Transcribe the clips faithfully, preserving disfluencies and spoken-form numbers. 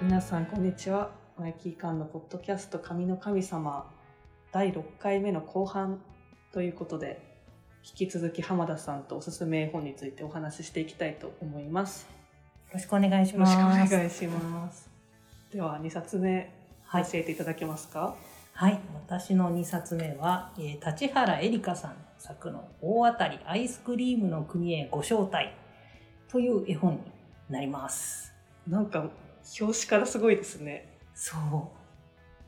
皆さんこんにちは。マイキーカンのポッドキャスト紙の神様だいろっかいめの後半ということで、引き続き浜田さんとおすすめ絵本についてお話ししていきたいと思います。 よろしくお願いします。 よろしくお願いします。ではにさつめ教えていただけますか？ はい、はい、私のにさつめは、えー、立原えりかさん作の大当たりアイスクリームの国へご招待という絵本になります。 なんか表紙からすごいですね。 そう、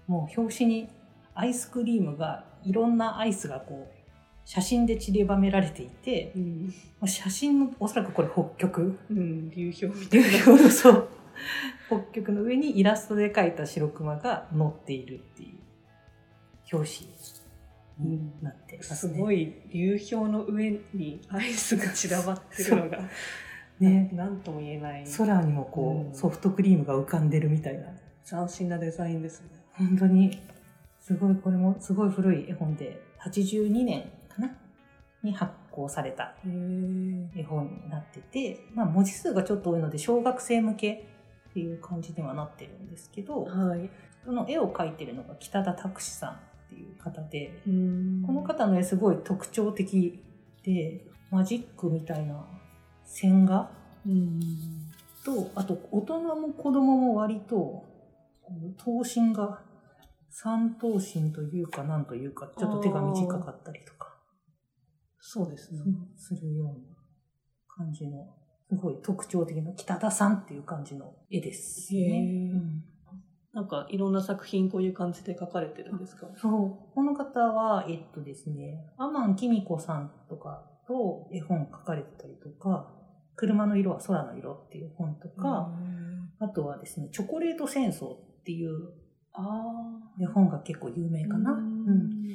もう表紙にアイスクリームがいろんなアイスがこう写真で散りばめられていて、うん、写真のおそらくこれ北極、 うん、流氷みたいなそう北極の上にイラストで描いた白クマが乗っているっていう表紙になってますね。 すごい流氷の上にアイスが散らばってるのがね、なんとも言えない。 空にもこう、うん、ソフトクリームが浮かんでるみたいな斬新なデザインですね。 本当にすごい、これもすごい古い絵本ではちじゅうにねんかなに発行された絵本になってて、まあ、文字数がちょっと多いので小学生向けっていう感じにはなってるんですけど、 はい、 その絵を描いてるのが北田拓司さんっていう方で、うん、この方の絵すごい特徴的で、マジックみたいな線画、うん、と、あと大人も子供も割と頭身が三頭身というかなんというかちょっと手が短かったりとか、 そうですね、 するような感じのすごい特徴的な北田さんっていう感じの絵ですね。うん、 なんかいろんな作品こういう感じで描かれてるんですか？ そう、この方はえっとですね、アマンキミコさんとかと絵本描かれてたりとか、車の色は空の色っていう本とか、あとはですね、チョコレート戦争っていう絵本が結構有名かな。うん、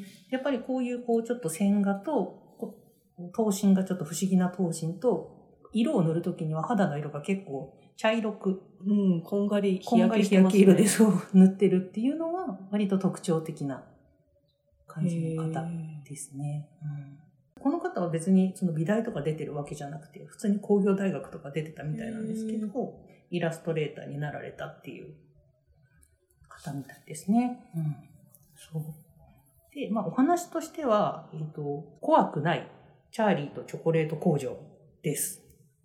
やっぱりこういうこうちょっと線画と頭身がちょっと不思議な頭身と、色を塗るときには肌の色が結構茶色く、 うん、こんがり日焼けしてますね。こんがり日焼け色でそう塗ってるっていうのは割と特徴的な感じの方ですね。うん、この方は別にその美大とか出てるわけじゃなくて、普通に工業大学とか出てたみたいなんですけど、イラストレーターになられたっていう方みたいですね。うん、そうで、まあ、お話としては、えーと、怖くないチャーリーとチョコレート工場です。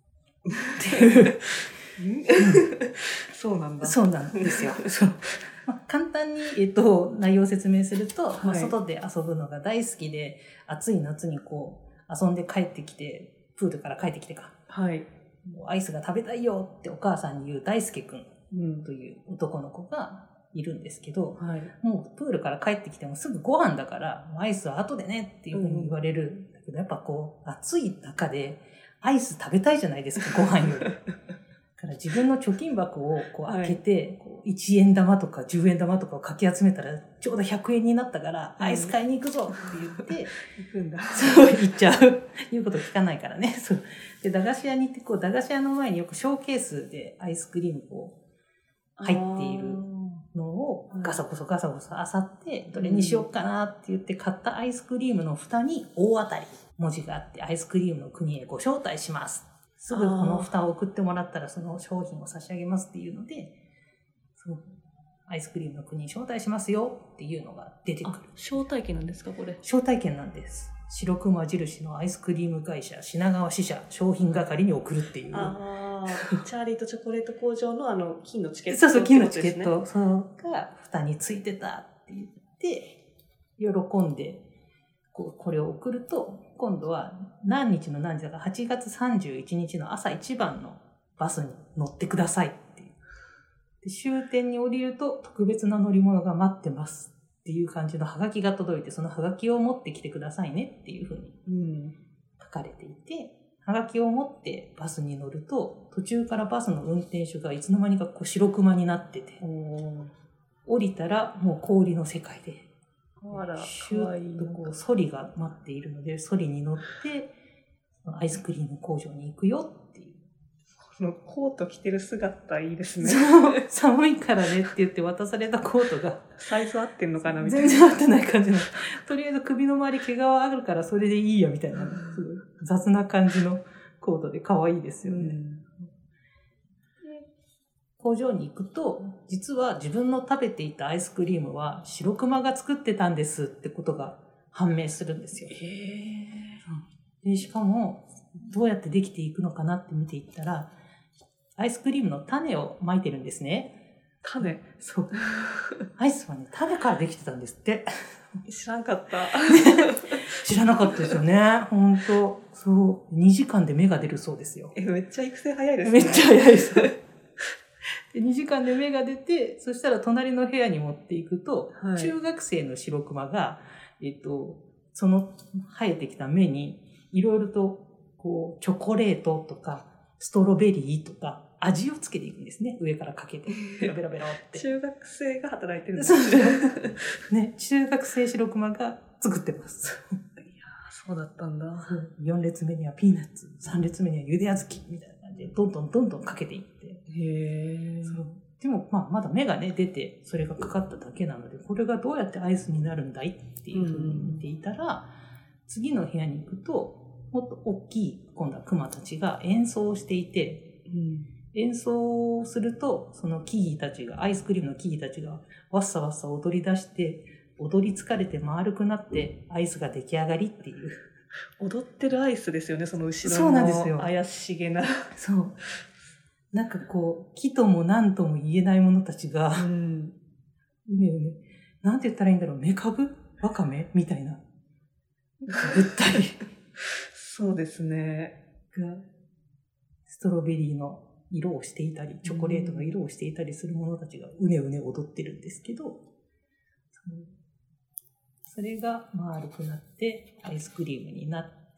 そうなんだ。 そうなんですよ。そう、まあ、簡単に、えっと、内容を説明すると、はい、まあ、外で遊ぶのが大好きで、暑い夏にこう遊んで帰ってきて、プールから帰ってきてか、 はい、 もうアイスが食べたいよってお母さんに言う大輔くんという男の子がいるんですけど、 はい、 もうプールから帰ってきてもすぐご飯だからアイスは後でねっていうふうに言われるんだけど、やっぱこう暑い中でアイス食べたいじゃないですか、ご飯より。だから自分の貯金箱をこう開けて、はい、こういちえん玉とかじゅうえん玉とかをかき集めたらちょうどひゃくえんになったから、アイス買いに行くぞって言って、 行くんだ。 そう言っちゃう。言うこと聞かないからね。そうで、駄菓子屋に行ってこう駄菓子屋の前によくショーケースでアイスクリームこう入っているのをガサゴソガサゴソ漁って、どれにしようかなって言って買ったアイスクリームの蓋に大当たり文字があって、アイスクリームの国へご招待します。すぐこの蓋を送ってもらったらその商品を差し上げますっていうので、そうアイスクリームの国に招待しますよっていうのが出てくる。 招待券なんですかこれ？ 招待券なんです。白熊印のアイスクリーム会社品川支社商品係に送るっていう。 ああ、チャーリーとチョコレート工場のあの金のチケット、 そうそう、金のチケットそうが蓋についてたって言って喜んでこうこれを送ると、今度は何日の何時だかはちがつさんじゅういちにちの朝一番のバスに乗ってくださいっていう。で、終点に降りると特別な乗り物が待ってますっていう感じのハガキが届いて、そのハガキを持ってきてくださいねっていうふうに書かれていて、ハガキを持ってバスに乗ると、途中からバスの運転手がいつの間にかこう白熊になってて、降りたらもう氷の世界で、 あら、 シュッとこうソリが待っているので、ソリに乗ってアイスクリーム工場に行くよっていう。 このコート着てる姿いいですね。 寒いからねって言って渡されたコートがサイズ合ってんのかなみたいな。 全然合ってない感じの。とりあえず首の周り毛皮あるからそれでいいやみたいな、雑な感じのコートで可愛いですよね。うん、 工場に行くと、実は自分の食べていたアイスクリームは白熊が作ってたんですってことが判明するんですよ。 へでしかも、どうやってできていくのかなって見ていったら、アイスクリームの種をまいてるんですね。 種？ そう。アイスはね、種からできてたんですって。 知らんかった。 知らなかったですよね。ほんと。そう。にじかんで芽が出るそうですよ。 え、めっちゃ育成早いですね。 めっちゃ早いです。でにじかんで芽が出て、そしたら隣の部屋に持っていくと、はい、中学生の白熊が、えっと、その生えてきた芽に、いろいろと、こう、チョコレートとか、ストロベリーとか、味をつけていくんですね。上からかけて。ベロベロベロって。 中学生が働いてるんですね。 ね、中学生白熊が作ってます。 いやー、そうだったんだ。 よん列目にはピーナッツ、さん列目にはゆであずきみたいな感じで、どんどんどんどんかけていって。 へー。 そう。でも、まあ、まだ芽がね、出て、それがかかっただけなので、これがどうやってアイスになるんだいっていうふうに見ていたら、次の部屋に行くと、もっと大きい、今度は熊たちが演奏をしていて、うん、演奏をすると、その木々たちが、アイスクリームの木々たちが、わっさわっさ踊り出して、踊り疲れて丸くなって、アイスが出来上がりっていう。 踊ってるアイスですよね、その後ろの。 そうなんですよ。 怪しげな。 そう。なんかこう、木とも何とも言えないものたちが、うん、ねえねえ、なんて言ったらいいんだろう、メカブ？ワカメみたいな。物体。 そうですね。 が、ストロベリーの色をしていたり、チョコレートの色をしていたりするものたちがうねうね踊ってるんですけど、それが丸くなって、アイスクリームになって、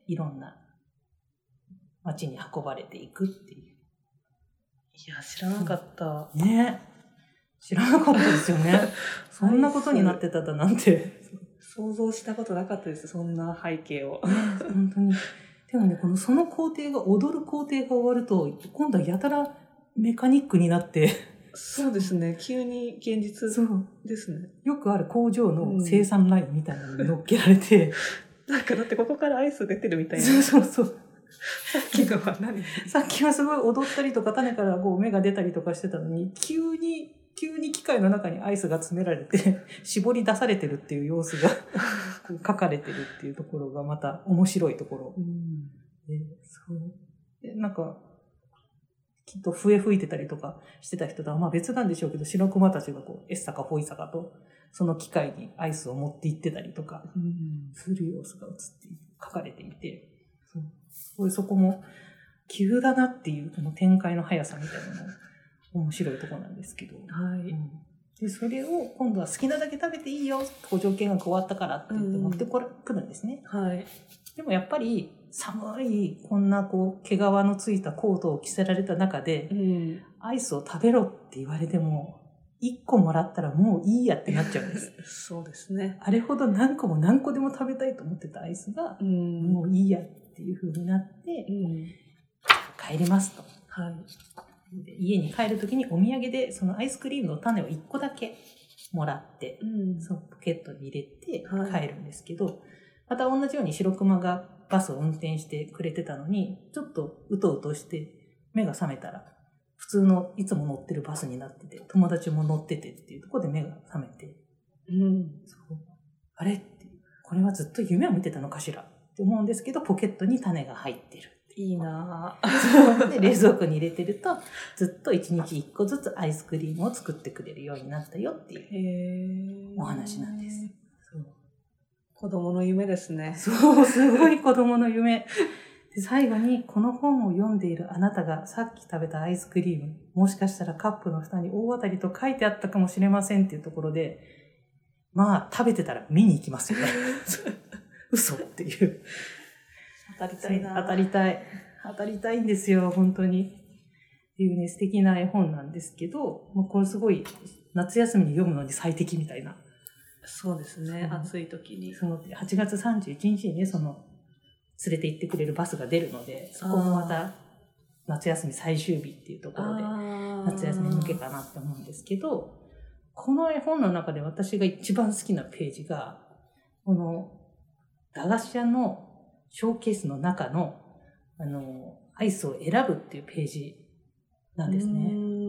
いろんな街に運ばれていくっていう。 いや、知らなかった。 ね。知らなかったですよね。そんなことになってただなんて。 想像したことなかったです、そんな背景を。 本当に。でもね、このその工程が、踊る工程が終わると、今度はやたらメカニックになって。 そうですね、急に現実ですね。 よくある工場の生産ラインみたいなのに乗っけられて。 うん、なんかだってここからアイス出てるみたいな。 そうそうそう。 さっきのは何？ さっきはすごい踊ったりとか、種からこう芽が出たりとかしてたのに、急に、急に機械の中にアイスが詰められて、絞り出されてるっていう様子が書かれてるっていうところがまた面白いところ。うん、でそうでなんか、きっと笛吹いてたりとかしてた人とはまあ別なんでしょうけど、白熊たちがこう、エッサかフォイサかと、その機械にアイスを持って行ってたりとか、する様子が映って書かれていて、そうそこも急だなっていうこの展開の速さみたいなのも面白いところなんですけど、はい、うん、でそれを今度は好きなだけ食べていいよ、工場見学終わったからって言って持ってこら、来るんですね、はい、でもやっぱり寒いこんなこう毛皮のついたコートを着せられた中で、うん、アイスを食べろって言われてもいっこもらったらもういいやってなっちゃうんですそうですね。あれほど何個も何個でも食べたいと思ってたアイスが、うん、もういいやっていう風になって、うん、帰りますと、はい、で家に帰るときにお土産でそのアイスクリームの種をいっこだけもらって、うん、そうポケットに入れて帰るんですけど、はい、また同じように白熊がバスを運転してくれてたのにちょっとうとうとして目が覚めたら普通のいつも乗ってるバスになってて、友達も乗っててっていうところで目が覚めて、うん、そうあれってこれはずっと夢を見てたのかしらって思うんですけど、ポケットに種が入ってる。 いいなぁ。 で冷蔵庫に入れてると、ずっといちにちいっこずつアイスクリームを作ってくれるようになったよっていうお話なんです。そう子供の夢ですね。 そう、すごい子供の夢。で最後に、この本を読んでいるあなたがさっき食べたアイスクリーム、もしかしたらカップの蓋に大当たりと書いてあったかもしれませんっていうところで、まあ食べてたら見に行きますよね。嘘っていう。 当たりたいな。 当たりたい。当たりたいんですよ、本当に。っていうね、素敵な絵本なんですけど、まあ、これすごい夏休みに読むのに最適みたいな。 そうですね、暑い時に。 そのはちがつさんじゅういちにちにね、その、連れて行ってくれるバスが出るので、そこもまた夏休み最終日っていうところで、夏休み向けかなって思うんですけど、この絵本の中で私が一番好きなページが、この駄菓子屋のショーケースの中の、あの、アイスを選ぶっていうページなんですね。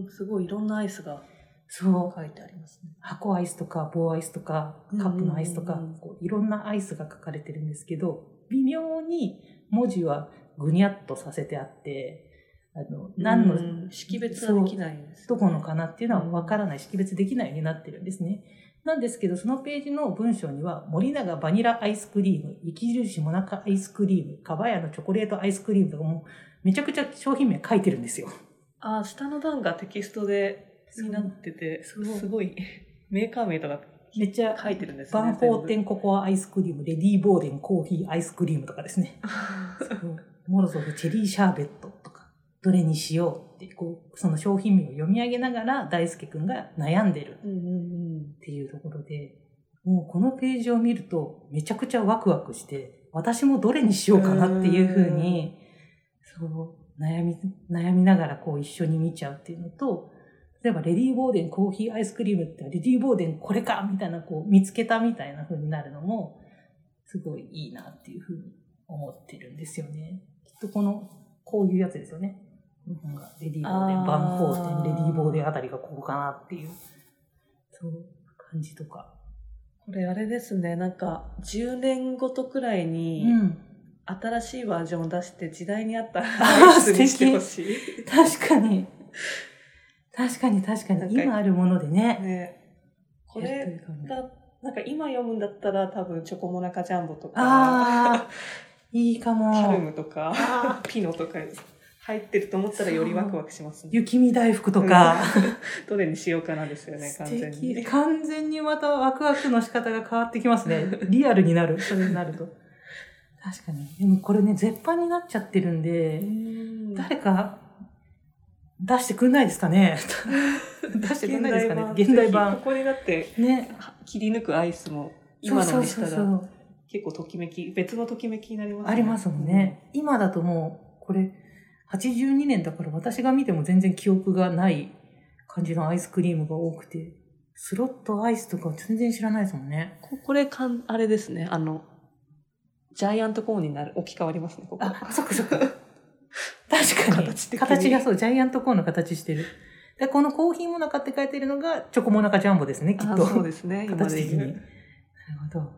ん、すごいいろんなアイスがそう書いてありますね。 箱アイスとか棒アイスとかカップのアイスとか、 うんうんうんうん、 こういろんなアイスが書かれてるんですけど、微妙に文字はぐにゃっとさせてあって、あの何の、 うん、識別はできないんです、ね、 どこのかなっていうのはわからない、識別できないようになってるんですね。なんですけど、そのページの文章には、森永バニラアイスクリーム、雪印もなかアイスクリーム、かばやのチョコレートアイスクリームとかもめちゃくちゃ商品名書いてるんですよ。 ああ、下の段がテキストでになってて、すごいメーカー名とかめっちゃ書いてるんですね。 バンホーテンココアアイスクリーム、レディーボーデンコーヒーアイスクリームとかですね。モロゾフチェリーシャーベットとか、どれにしようって、こう、その商品名を読み上げながら大輔くんが悩んでるっていうところで、もうこのページを見るとめちゃくちゃワクワクして、私もどれにしようかなっていうふうに、そう悩み、悩みながらこう一緒に見ちゃうっていうのと、例えばレディーボーデンコーヒーアイスクリームってレディーボーデンこれかみたいなこう見つけたみたいな風になるのもすごいいいなっていう風に思ってるんですよね。きっとこのこういうやつですよね。日本がレディーボーデン、バンホーテン、レディーボーデンあたりがここかなっていうそう感じとか。 これあれですね、なんかじゅうねんごとくらいに新しいバージョンを出して時代に合ったアイスにしてほしい。 確かに。確かに確かに今あるものでね。 ね、これがなんか今読むんだったら多分チョコモナカジャンボとか、 あいいかも。 パルムとかピノとか入ってると思ったらよりワクワクしますね。 雪見大福とか、 うん、どれにしようかなですよね。完全に完全にまたワクワクの仕方が変わってきますね。リアルになる。それになると確かに。でもこれね絶版になっちゃってるんで、ん誰か出してくんないですかね。出してくんないですかね。現代版。 ここにだってね切り抜くアイスも今のにしたら結構ときめき別のときめきになりますね。 ありますもんね。うん、今だともうこれはちじゅうにねんだから私が見ても全然記憶がない感じのアイスクリームが多くて、スロットアイスとか全然知らないですもんね。 ここれかんあれですね。あのジャイアントコーンになる置き換わりますね。ここあ、そっかそっか。確かに形, 形がそうジャイアントコーンの形してる。でこのコーヒーモナカって書いてるのがチョコモナカジャンボですね、きっと。 そうですね。 形的に。なるほど。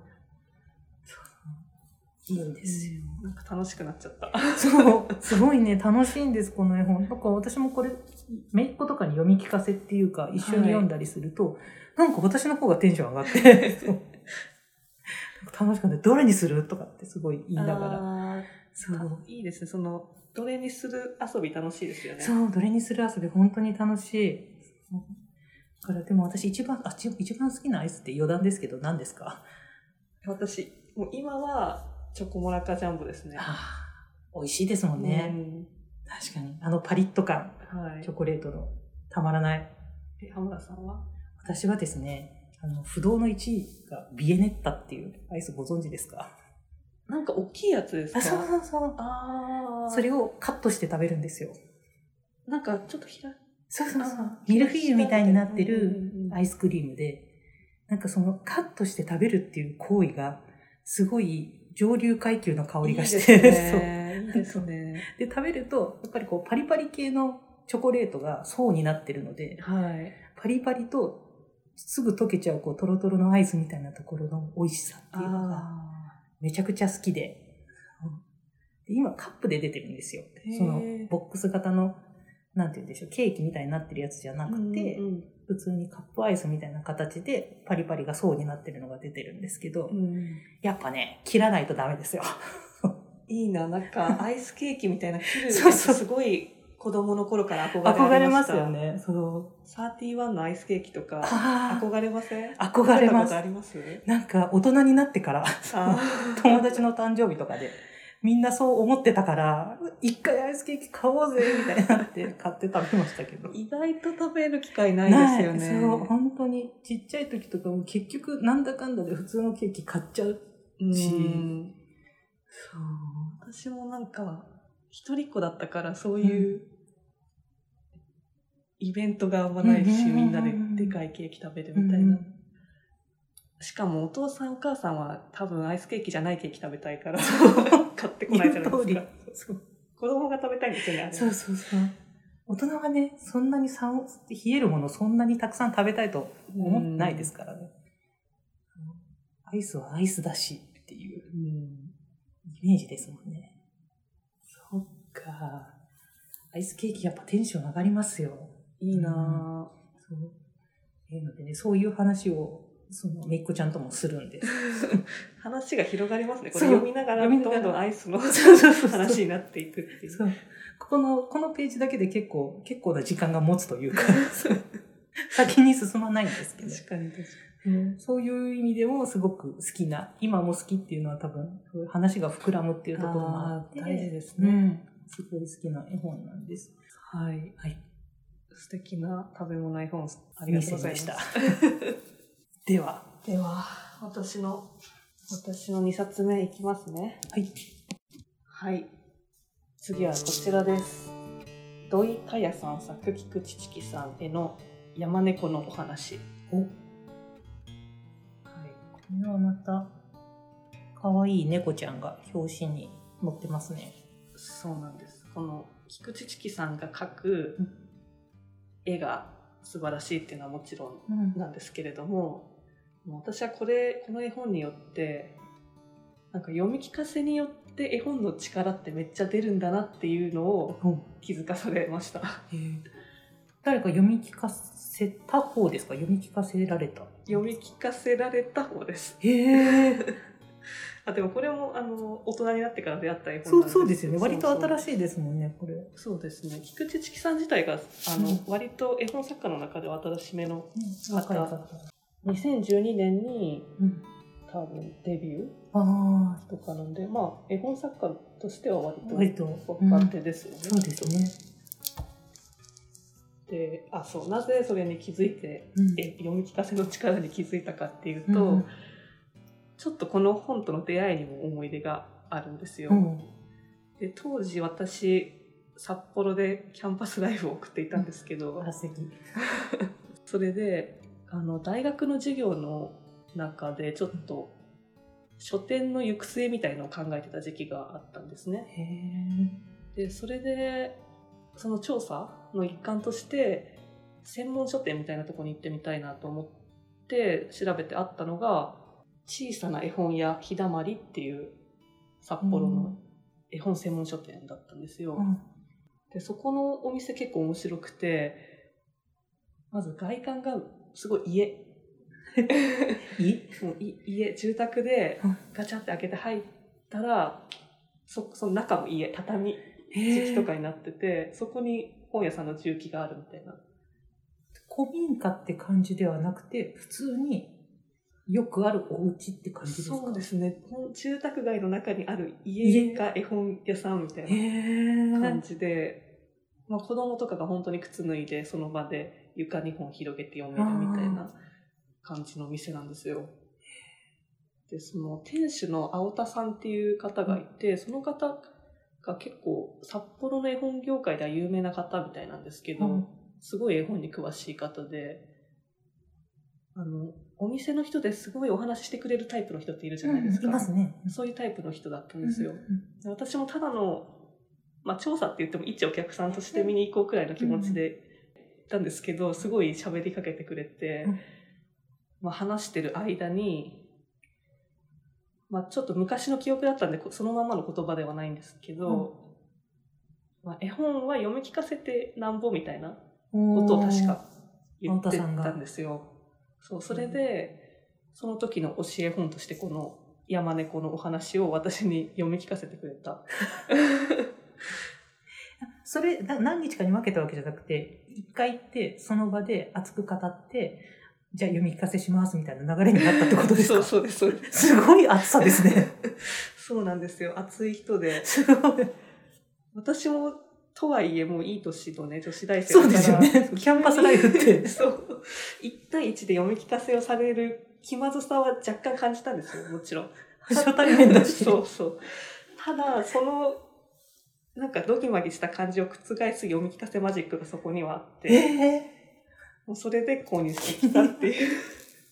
いいんですよ。 なんか楽しくなっちゃった。 そう、すごいね、楽しいんです、この絵本。なんか私もこれ、姪っ子とかに読み聞かせっていうか、一緒に読んだりすると、はい、なんか私の方がテンション上がって、楽しくて、どれにするとかってすごい言いながら。 そういいですね。その、どれにする遊び楽しいですよね。 そう、どれにする遊び本当に楽しい。だからでも私一番、あ、一番好きなアイスって余談ですけど何ですか？ 私、もう今はチョコモナカジャンボですね。 ああ、美味しいですもんね。うん、確かに。あのパリッと感、はい、チョコレートのたまらない。 え、浜田さんは？ 私はですね、あの不動のいちいがビエネッタっていうアイスご存知ですか？ なんか大きいやつですか？ あ、そうそうそう。ああ。それをカットして食べるんですよ。 なんかちょっとひら、 そうそうそう。ミルフィーユみたいになってるアイスクリームで、なんかそのカットして食べるっていう行為がすごい上流階級の香りがして、いいですね。 そういいですね。 で食べるとやっぱりこうパリパリ系のチョコレートが層になってるので、 はい、 パリパリとすぐ溶けちゃうこうトロトロのアイスみたいなところの美味しさっていうのがめちゃくちゃ好きで、で今カップで出てるんですよ。そのボックス型のなんて言うんでしょう、ケーキみたいになってるやつじゃなくて、うんうん、普通にカップアイスみたいな形でパリパリが層になってるのが出てるんですけど、うん、やっぱね切らないとダメですよ。 いいな、なんかアイスケーキみたいな切るやつすごい子供の頃から憧れありました。 憧れますよね。そう。 サーティーワンのアイスケーキとか憧れません？ 憧れます。 あります？ なんか大人になってから友達の誕生日とかでみんなそう思ってたから一回アイスケーキ買おうぜみたいになって買って食べましたけど、 意外と食べる機会ないですよね。 そう本当にちっちゃい時とかも結局なんだかんだで普通のケーキ買っちゃうし、うんそう私もなんか一人っ子だったからそういう、うんイベントがあんまないし、うん、みんなででかいケーキ食べるみたいな、うん、しかもお父さんお母さんは多分アイスケーキじゃないケーキ食べたいから買ってこないじゃないですか。そう子供が食べたいんですよね。あれそうそうそう大人はね、そんなにさん冷えるものそんなにたくさん食べたいと思ってないですからね。アイスはアイスだしっていうイメージですもんね。そっか。アイスケーキやっぱテンション上がりますよ。 いいなぁ、 うん、そう。えー、のでね、そういう話を、その、めいっこちゃんともするんです。 話が広がりますね。これ読みながら、どんどんアイスの話になっていくっていう。 そう。ここの、このページだけで結構、結構な時間が持つというか、先に進まないんですけど。 確かに確かに、うん。そういう意味でもすごく好きな、今も好きっていうのは多分、そういう話が膨らむっていうところもあって。 大事ですね、うん。 すごい好きな絵本なんです。 はい。 はい。 素敵な食べ物絵本、ありがとうございました。 では。 では、私の、私のにさつめいきますね。 はい。 はい。次はこちらです。土井かやさん作、菊池知樹さんへの山猫のお話。 お。はい。これはまた、かわいい猫ちゃんが表紙に載ってますね。 そうなんです。この菊池知樹さんが描く絵が素晴らしいっていうのはもちろんなんですけれども、うん、もう私はこれこの絵本によってなんか読み聞かせによって絵本の力ってめっちゃ出るんだなっていうのを気づかされました。 うん、誰か読み聞かせた方ですか？読み聞かせられた？ 読み聞かせられた方です。 へーあ、でもこれもあの大人になってから出会った絵本なんです。 そうそうですよね。割と新しいですもんね、これ。 そうですね。菊池知樹さん自体があの、うん、割と絵本作家の中では新しめの方、うん、にせんじゅうにねんに、うん、多分デビューとかなんで、まあ絵本作家としては割と若手ですよね。 うん、そうですね。 で、あ、そう、なぜそれに気づいて、うん、え読み聞かせの力に気づいたかっていうと、うん、ちょっとこの本との出会いにも思い出があるんですよ。うん、で当時私札幌でキャンパスライフを送っていたんですけど、うん、それであの大学の授業の中でちょっと書店の行く末みたいのを考えてた時期があったんですね。へー。でそれでその調査の一環として専門書店みたいなところに行ってみたいなと思って調べてあったのが小さな絵本屋ひだまりっていう札幌の絵本専門書店だったんですよ。うん、でそこのお店結構面白くて、まず外観がすごい家家もうい家住宅でガチャって開けて入ったら そ, その中も家畳敷きとかになってて、そこに本屋さんの重機があるみたいな。 古民家って感じではなくて普通によくあるお家って感じですか？ そうですね。住宅街の中にある家が絵本屋さんみたいな感じで、まあ、子供とかが本当に靴脱いでその場で床に本広げて読めるみたいな感じの店なんですよ。で、その店主の青田さんっていう方がいて、うん、その方が結構札幌の絵本業界では有名な方みたいなんですけど、うん、すごい絵本に詳しい方で、あのお店の人ですごいお話ししてくれるタイプの人っているじゃないですか。 うん、いますね。 そういうタイプの人だったんですよ。うんうん、私もただの、まあ、調査って言っても一お客さんとして見に行こうくらいの気持ちで行ったんですけど、すごい喋りかけてくれて、うんまあ、話してる間に、まあ、ちょっと昔の記憶だったんでそのままの言葉ではないんですけど、うんまあ、絵本は読み聞かせてなんぼみたいなことを確か言ってたんですよ。そう、それで、その時の教え本としてこの山猫のお話を私に読み聞かせてくれた。 それ、何日かに分けたわけじゃなくて、一回行ってその場で熱く語って、じゃあ読み聞かせしますみたいな流れになったってことですか？ そうそうです、そうです。 すごい熱さですね。 そうなんですよ。熱い人で。 すごい。 私も、とはいえもういい年のね、女子大生だから。 そうですよね。キャンパスライフって。 そう。一対一で読み聞かせをされる気まずさは若干感じたんですよ、もちろん。 初対面だし。 そうそう。ただ、その、なんかドギマギした感じを覆す読み聞かせマジックがそこにはあって。 えーもうそれで購入してきたっていう。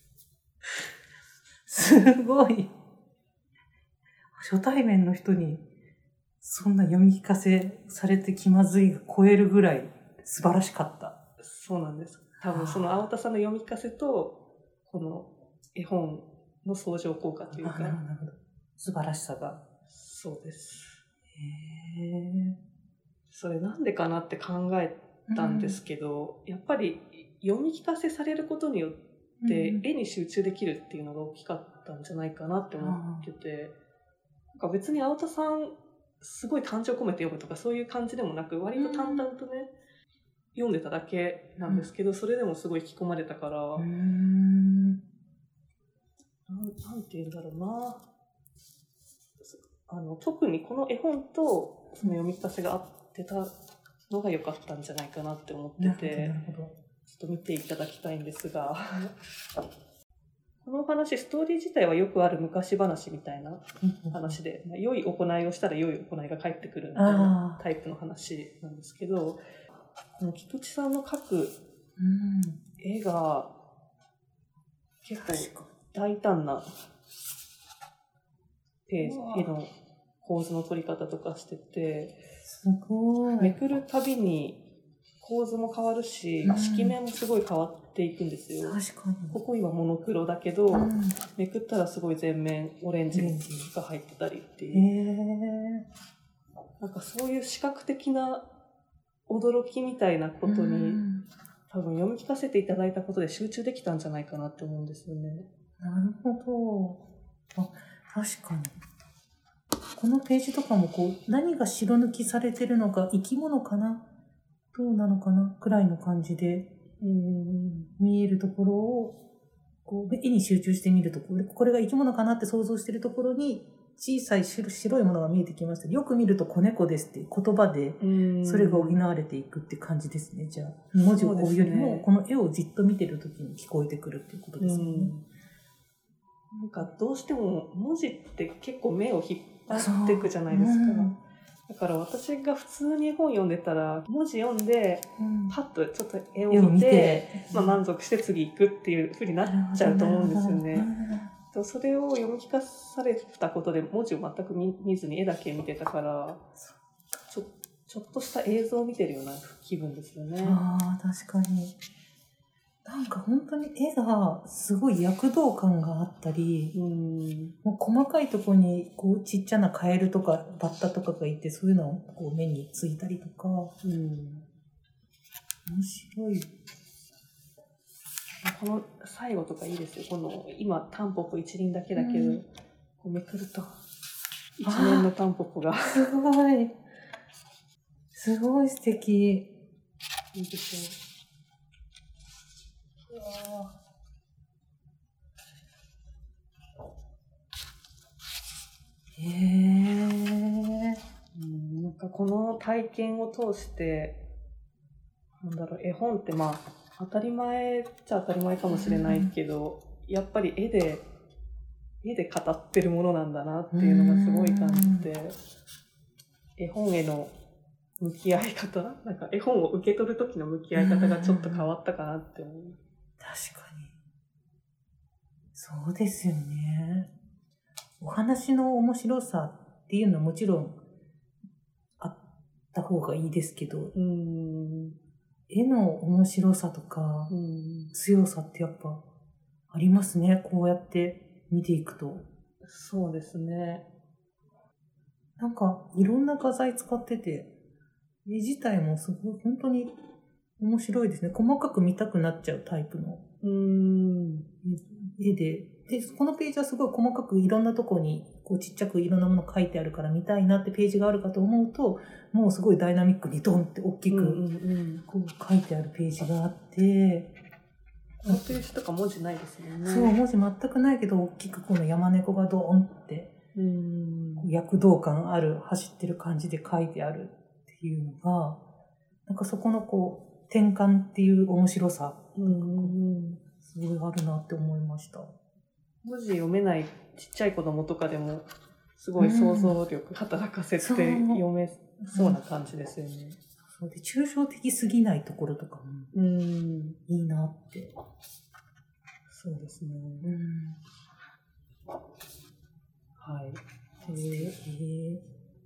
すごい。初対面の人に、そんな読み聞かせされて気まずいが超えるぐらい。 素晴らしかった。 そうなんです。多分その青田さんの読み聞かせとこの絵本の相乗効果というか、 なるほど、素晴らしさが。 そうです。 へえ。 それなんでかなって考えたんですけど、うん、やっぱり読み聞かせされることによって絵に集中できるっていうのが大きかったんじゃないかなって思ってて、なんか別に青田さんすごい感情込めて読むとかそういう感じでもなく、割と淡々とね、うん、読んでただけなんですけど、それでもすごい引き込まれたから、うーん、なん、なんて言うんだろうな、あの特にこの絵本とその読み聞かせが合ってたのが良かったんじゃないかなって思ってて、なるほど、ちょっと見ていただきたいんですがこのお話、ストーリー自体はよくある昔話みたいな話で、まあ、良い行いをしたら良い行いが返ってくるみたいなタイプの話なんですけど、この菊池さんの描く絵が結構大胆なページ、絵の構図の取り方とかしてて、 すごい。 めくるたびに構図も変わるし、うん、色面もすごい変わっていくんですよ。 確かに。 ここ今モノクロだけど、うん、めくったらすごい全面オレンジが入ってたりっていう。 へー。なんかそういう視覚的な驚きみたいなことに、うん、多分読み聞かせていただいたことで集中できたんじゃないかなって思うんですよね。 なるほど。あ、確かに。このページとかもこう何が白抜きされてるのか、生き物かな、どうなのかなくらいの感じでうん見えるところをこう絵に集中してみると、これ、これが生き物かなって想像しているところに小さい白いものが見えてきました。よく見ると子猫ですっていう言葉でそれが補われていくって感じですね。じゃあ文字を追うよりもこの絵をじっと見てるときに聞こえてくるっていうことですよね。 なんかどうしても文字って結構目を引っ張っていくじゃないですか。だから私が普通に本読んでたら文字読んで、うん、パッとちょっと絵を見て、見てまあ、満足して次行くっていう風になっちゃうと思うんですよね。それを読み聞かされたことで文字を全く 見, 見ずに絵だけ見てたからち ょ, ちょっとした映像を見てるような気分ですよね。 ああ、確かに。なんか本当に絵がすごい躍動感があったり、うん、もう細かいところにこうちっちゃなカエルとかバッタとかがいて、そういうのをこう目についたりとか、うん、面白い。 この最後とかいいですよ。この今タンポポ一輪だけだけど、うん、こうめくると一面のタンポポがすごいすごい素敵。 いいでしょう。 へえ。 なんかこの体験を通してなんだろう、絵本ってまあ当たり前っちゃ当たり前かもしれないけど、うん、やっぱり絵で絵で語ってるものなんだなっていうのがすごい感じて、絵本への向き合い方、なんか絵本を受け取る時の向き合い方がちょっと変わったかなって思う。 確かにそうですよね。お話の面白さっていうのはもちろんあった方がいいですけど、うん、絵の面白さとか、うん、強さってやっぱありますね。こうやって見ていくと。 そうですね。 なんかいろんな画材使ってて、絵自体もすごい本当に面白いですね。細かく見たくなっちゃうタイプのうーん絵で、でこのページはすごい細かくいろんなとこにこうちっちゃくいろんなもの書いてあるから見たいなってページがあるかと思うと、もうすごいダイナミックにドンって大きくこう書いてあるページがあって、 このページとか文字ないですもんね。 そう、文字全くないけど大きくこの山猫がドーンってうん躍動感ある走ってる感じで書いてあるっていうのが、なんかそこのこう転換っていう面白さうんすごいあるなって思いました。 文字読めないちっちゃい子供とかでもすごい想像力働かせて読めそうな感じですよね。 そうで抽象的すぎないところとかもうんいいなって。 そうですね。うんはい。 へえ。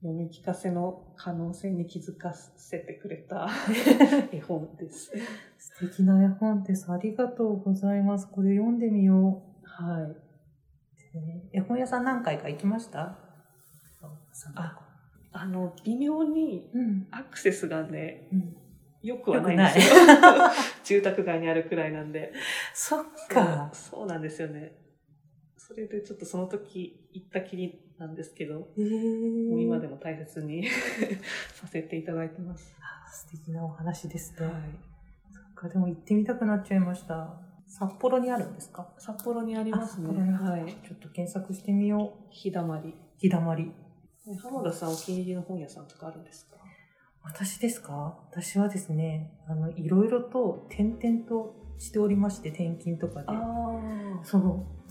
読み聞かせの可能性に気づかせてくれた絵本です。 素敵な絵本です。ありがとうございます。これ読んでみよう。 はい。 絵本屋さん何回か行きました？ あ、あの、微妙にアクセスがね、うん、よくはないんですよ。住宅街にあるくらいなんで。 そっか。 そう、そうなんですよね。それでちょっとその時行ったきりなんですけど、 えー、 もう今でも大切にさせていただいてます。 素敵なお話ですね。 はい。 そっか、でも行ってみたくなっちゃいました。札幌にあるんですか？ 札幌にありますね。はい。 ちょっと検索してみよう。 日だまり。 日だまり。 浜田さんお気に入りの本屋さんとかあるんですか？ 私ですか？私はですね、あの、いろいろと転々としておりまして、転勤とかで。 あそう。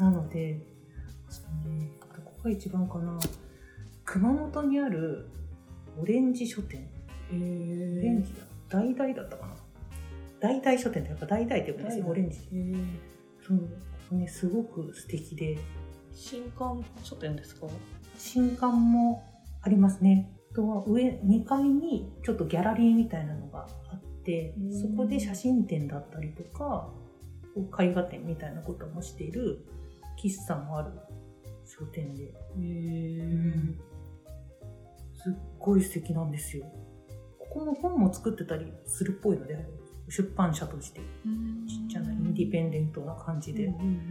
なので、そうね、どこが一番かな。熊本にあるオレンジ書店。 えー、 オレンジだ。大々だったかな。大々書店ってやっぱ大々って言うんですよ、オレンジ。 えー、 そう。ここね、すごく素敵で。 新刊書店ですか？ 新刊もありますね。あとは上にかいにちょっとギャラリーみたいなのがあって、そこで写真展だったりとか絵画展みたいなこともしている喫茶もある書店で、 へー、 うん、すっごい素敵なんですよ。ここも本も作ってたりするっぽいので、出版社としてちっちゃなインディペンデントな感じで、うんうんうんうん、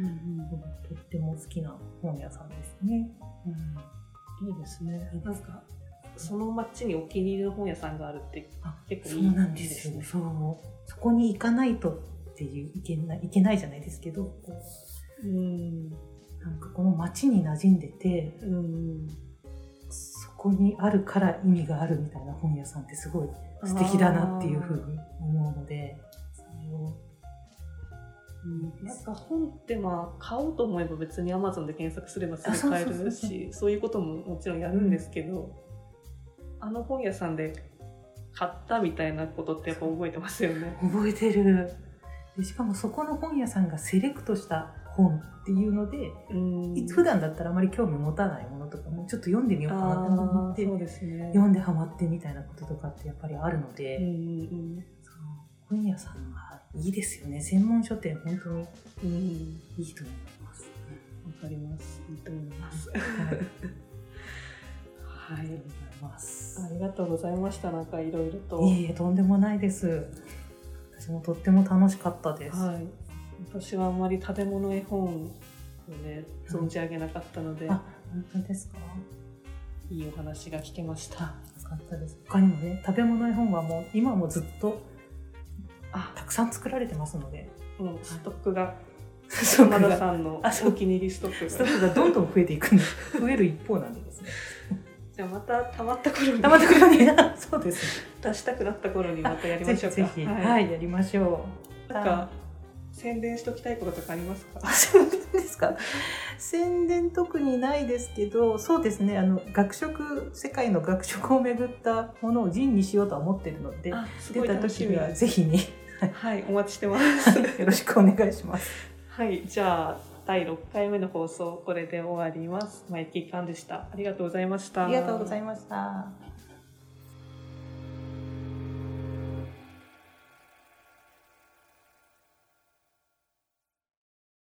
とっても好きな本屋さんですね。 うん、いいですね。なんかその街にお気に入りの本屋さんがあるって結構いいですね。 そうなんですよ。そう。そこに行かないとっていういけない、いけないじゃないですけど、こう、うん、なんかこの街に馴染んでて、うん、そこにあるから意味があるみたいな本屋さんってすごい素敵だなっていうふうに思うので、 うん、なんか本ってまあ買おうと思えば別に Amazon で検索すればすぐ買えるし、そういうことももちろんやるんですけど、うん、あの本屋さんで買ったみたいなことってやっぱ覚えてますよね。 覚えてる。でしかもそこの本屋さんがセレクトした本っていうので、うん、普段だったらあまり興味持たないものとかもちょっと読んでみようかなって思って、 そうですね、 読んでハマってみたいなこととかってやっぱりあるので、うんうんうん、そう本屋さんはいいですよね。専門書店本当に、うん、いいと思います。 わかります。いいと思います。はい。はい、ありがとうございます。ありがとうございました。なんかいろいろと。 いえいえ、とんでもないです。私もとっても楽しかったです。 はい。私はあんまり食べ物絵本をね存じ上げなかったので、 うん、あ、本当ですか。 いいお話が聞けました。よかったです。他にもね、食べ物絵本はもう今もずっとあたくさん作られてますので、 もうストックが浜田さんのお気に入りストックがストックがどんどん増えていくんで増える一方なんでですね。 じゃあまた溜まった頃に溜まった頃にそうです、 ね、出したくなった頃にまたやりましょうか。 ぜひぜひ、はい、はい、やりましょう。なんか宣伝しときたいこととかありますか？ 宣伝ですか？宣伝特にないですけど、そうですね、あの学食、世界の学食を巡ったものをジンにしようとは思っているので、出た時にはぜひね、 はい、お待ちしてます。 よろしくお願いします。 はい、じゃあだいろっかいめの放送これで終わります。マイキーカンでした。ありがとうございました。 ありがとうございました。